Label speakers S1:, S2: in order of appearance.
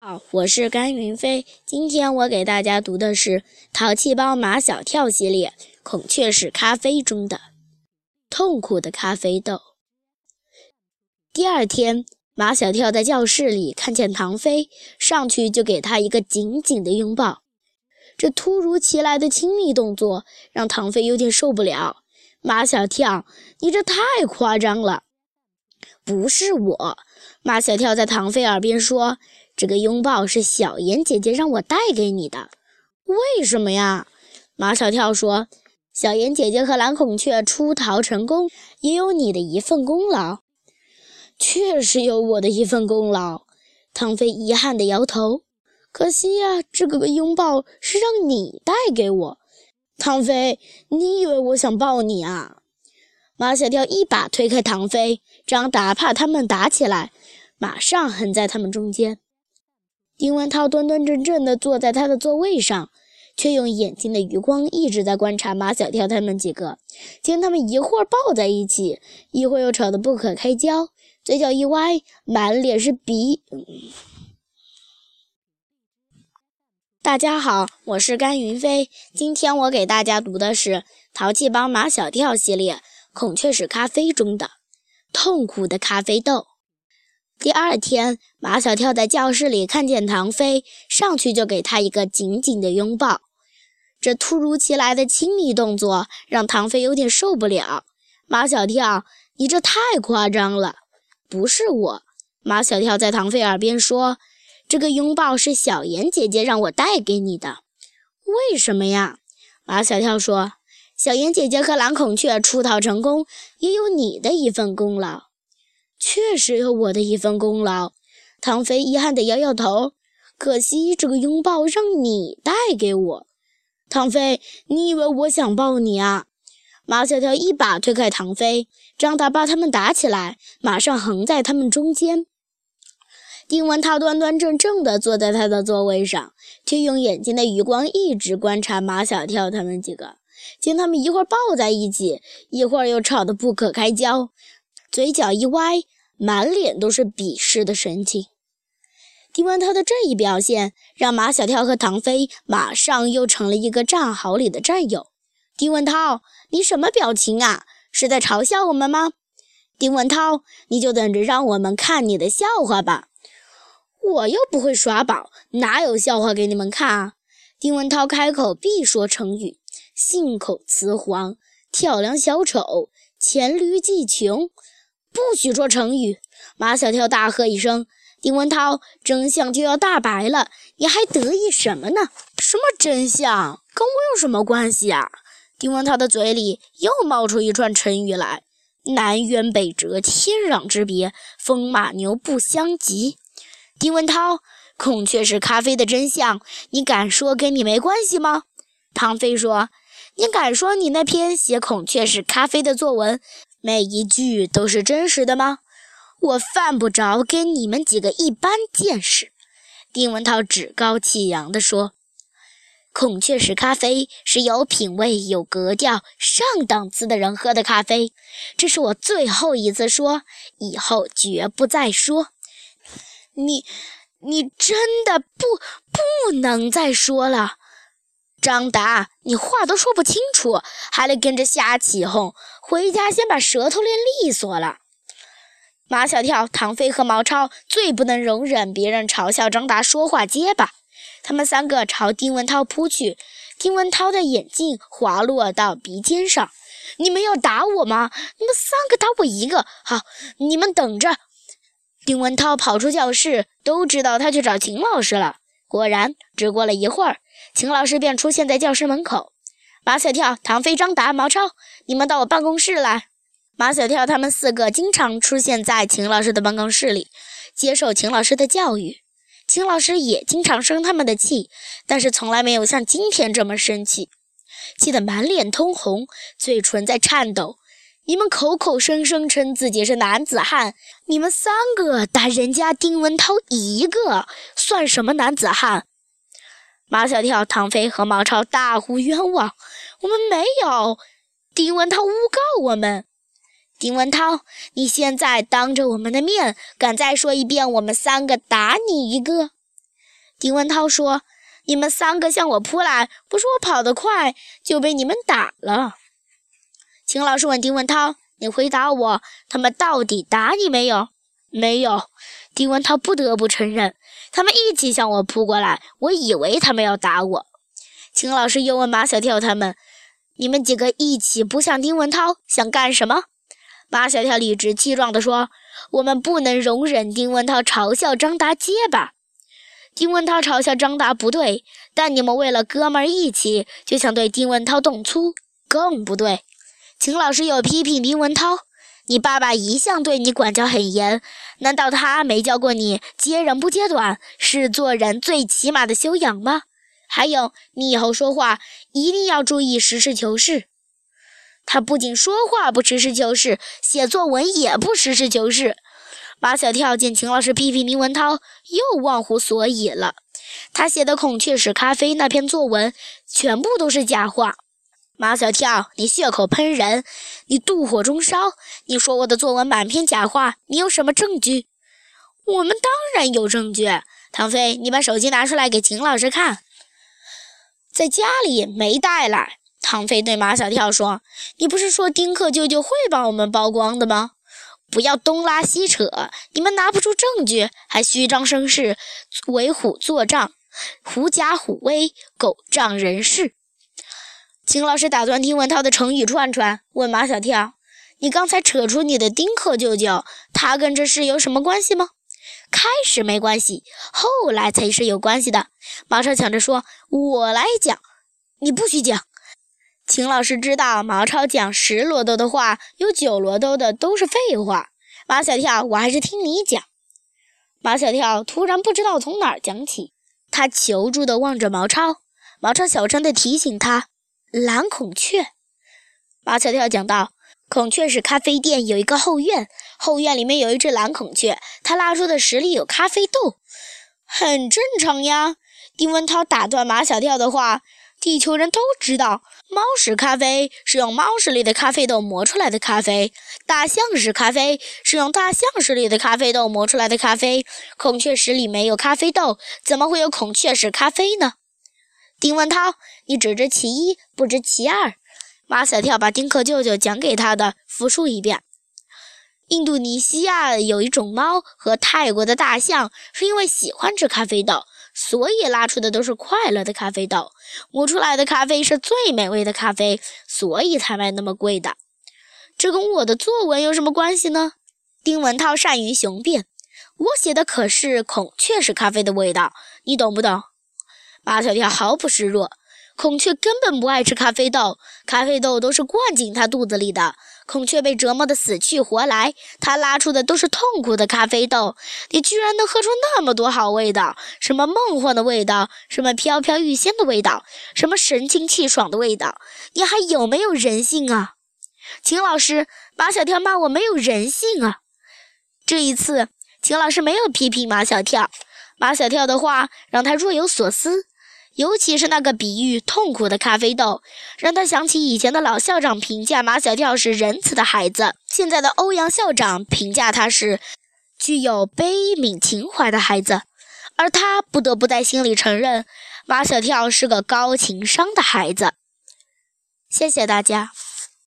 S1: 好，我是甘云飞。今天我给大家读的是《淘气包马小跳》系列《孔雀石咖啡》中的痛苦的咖啡豆。第二天，马小跳在教室里看见唐飞，上去就给他一个紧紧的拥抱。这突如其来的亲密动作让唐飞有点受不了。马小跳，你这太夸张了。不是我，马小跳在唐飞耳边说，这个拥抱是小妍姐姐让我带给你的。为什么呀？马小跳说，小妍姐姐和蓝孔雀出逃成功，也有你的一份功劳。确实有我的一份功劳。唐飞遗憾地摇头。可惜呀，这个拥抱是让你带给我。唐飞，你以为我想抱你啊？马小跳一把推开唐飞，张达怕他们打起来，马上横在他们中间。丁文涛端端正正地坐在他的座位上，却用眼睛的余光一直在观察马小跳他们几个，见他们一会儿抱在一起，一会儿又吵得不可开交，嘴角一歪，满脸是鼻。大家好，我是甘云飞。今天我给大家读的是《淘气包马小跳》系列《孔雀石咖啡》中的痛苦的咖啡豆。第二天，马小跳在教室里看见唐飞，上去就给他一个紧紧的拥抱。这突如其来的亲密动作让唐飞有点受不了。马小跳，你这太夸张了。不是我，马小跳在唐飞耳边说，这个拥抱是小妍姐姐让我带给你的。为什么呀？马小跳说，小妍姐姐和蓝孔雀出逃成功，也有你的一份功劳。确实有我的一份功劳。唐飞遗憾地摇摇头。可惜这个拥抱让你带给我。唐飞，你以为我想抱你啊？马小跳一把推开唐飞，张达怕他们打起来，马上横在他们中间。丁文涛端端正正地坐在他的座位上，却用眼睛的余光一直观察马小跳他们几个，见他们一会儿抱在一起，一会儿又吵得不可开交，嘴角一歪，满脸都是鄙视的神情。丁文涛的这一表现让马小跳和唐飞马上又成了一个战壕里的战友。丁文涛，你什么表情啊？是在嘲笑我们吗？丁文涛，你就等着让我们看你的笑话吧。我又不会耍宝，哪有笑话给你们看啊？丁文涛开口必说成语，信口雌黄，跳梁小丑，黔驴技穷，不许说成语。马小跳大喝一声，丁文涛，真相就要大白了，你还得意什么呢？什么真相？跟我有什么关系啊？丁文涛的嘴里又冒出一串成语来，南辕北辙，天壤之别，风马牛不相及。丁文涛，孔雀石咖啡的真相，你敢说跟你没关系吗？唐飞说，你敢说你那篇写孔雀石咖啡的作文，每一句都是真实的吗？我犯不着跟你们几个一般见识。丁文涛趾高气扬地说，孔雀石咖啡是有品味、有格调、上档次的人喝的咖啡，这是我最后一次说，以后绝不再说。你真的不能再说了。张达，你话都说不清楚，还来跟着瞎起哄，回家先把舌头练利索了。马小跳、唐飞和毛超最不能容忍别人嘲笑张达说话结巴，他们三个朝丁文涛扑去，丁文涛的眼镜滑落到鼻尖上。你们要打我吗？你们三个打我一个，好，你们等着。丁文涛跑出教室，都知道他去找秦老师了。果然，只过了一会儿，秦老师便出现在教室门口。马小跳、唐飞、张达、毛超，你们到我办公室来。马小跳他们四个经常出现在秦老师的办公室里，接受秦老师的教育。秦老师也经常生他们的气，但是从来没有像今天这么生气，气得满脸通红，嘴唇在颤抖。你们口口声声称自己是男子汉，你们三个打人家丁文涛一个，算什么男子汉？马小跳、唐飞和毛超大呼冤枉，我们没有，丁文涛诬告我们。丁文涛，你现在当着我们的面，敢再说一遍我们三个打你一个？ 丁文涛说：“你们3个向我扑来，不是我跑得快，就被你们打了。”秦老师问丁文涛：“你回答我，他们到底打你没有？”“没有。”丁文涛不得不承认，他们一起向我扑过来，我以为他们要打我。秦老师又问马小跳他们：“你们几个一起扑向丁文涛，想干什么？”马小跳理直气壮地说：“我们不能容忍丁文涛嘲笑张达结巴。”丁文涛嘲笑张达不对，但你们为了哥们儿义气，就想对丁文涛动粗，更不对。秦老师又批评丁文涛：“你爸爸一向对你管教很严，难道他没教过你接人不揭短是做人最起码的修养吗？还有，你以后说话一定要注意实事求是。”他不仅说话不实事求是，写作文也不实事求是。马小跳见秦老师批评丁文涛，又忘乎所以了。他写的《孔雀石咖啡》那篇作文全部都是假话。马小跳，你血口喷人，你妒火中烧，你说我的作文满篇假话，你有什么证据？我们当然有证据。唐飞，你把手机拿出来给秦老师看。在家里没带来。唐飞对马小跳说：“你不是说丁克舅舅会帮我们曝光的吗？不要东拉西扯，你们拿不出证据，还虚张声势，为虎作伥，狐假虎威，狗仗人势。”秦老师打断丁文涛的成语串串，问马小跳：“你刚才扯出你的丁克舅舅，他跟这事有什么关系吗？”开始没关系，后来才是有关系的。马超抢着说：“我来讲。”“你不许讲。”秦老师知道毛超讲10罗兜的话，有9罗兜的都是废话。马小跳，我还是听你讲。马小跳突然不知道从哪儿讲起，他求助地望着毛超，毛超小声地提醒他：“蓝孔雀。”马小跳讲道：“孔雀石咖啡店有一个后院，后院里面有一只蓝孔雀，它拉出的屎里有咖啡豆。”“很正常呀。”丁文涛打断马小跳的话，地球人都知道，猫屎咖啡是用猫屎里的咖啡豆磨出来的咖啡，大象屎咖啡是用大象屎里的咖啡豆磨出来的咖啡。孔雀石里没有咖啡豆，怎么会有孔雀石咖啡呢？丁文涛，你只知其一，不知其二。马小跳把丁克舅舅讲给他的复述一遍。印度尼西亚有一种猫和泰国的大象是因为喜欢吃咖啡豆，所以拉出的都是快乐的咖啡豆，磨出来的咖啡是最美味的咖啡，所以才卖那么贵的。这跟我的作文有什么关系呢？丁文涛善于雄辩，我写的可是孔雀石咖啡的味道，你懂不懂？马小跳毫不示弱，孔雀根本不爱吃咖啡豆，咖啡豆都是灌进它肚子里的，孔雀被折磨得死去活来，它拉出的都是痛苦的咖啡豆。你居然能喝出那么多好味道，什么梦幻的味道，什么飘飘欲仙的味道，什么神清气爽的味道，你还有没有人性啊？秦老师，马小跳骂我没有人性啊。这一次秦老师没有批评马小跳，马小跳的话让他若有所思，尤其是那个比喻痛苦的咖啡豆，让他想起以前的老校长评价马小跳是仁慈的孩子，现在的欧阳校长评价他是具有悲悯情怀的孩子，而他不得不在心里承认马小跳是个高情商的孩子。谢谢大家。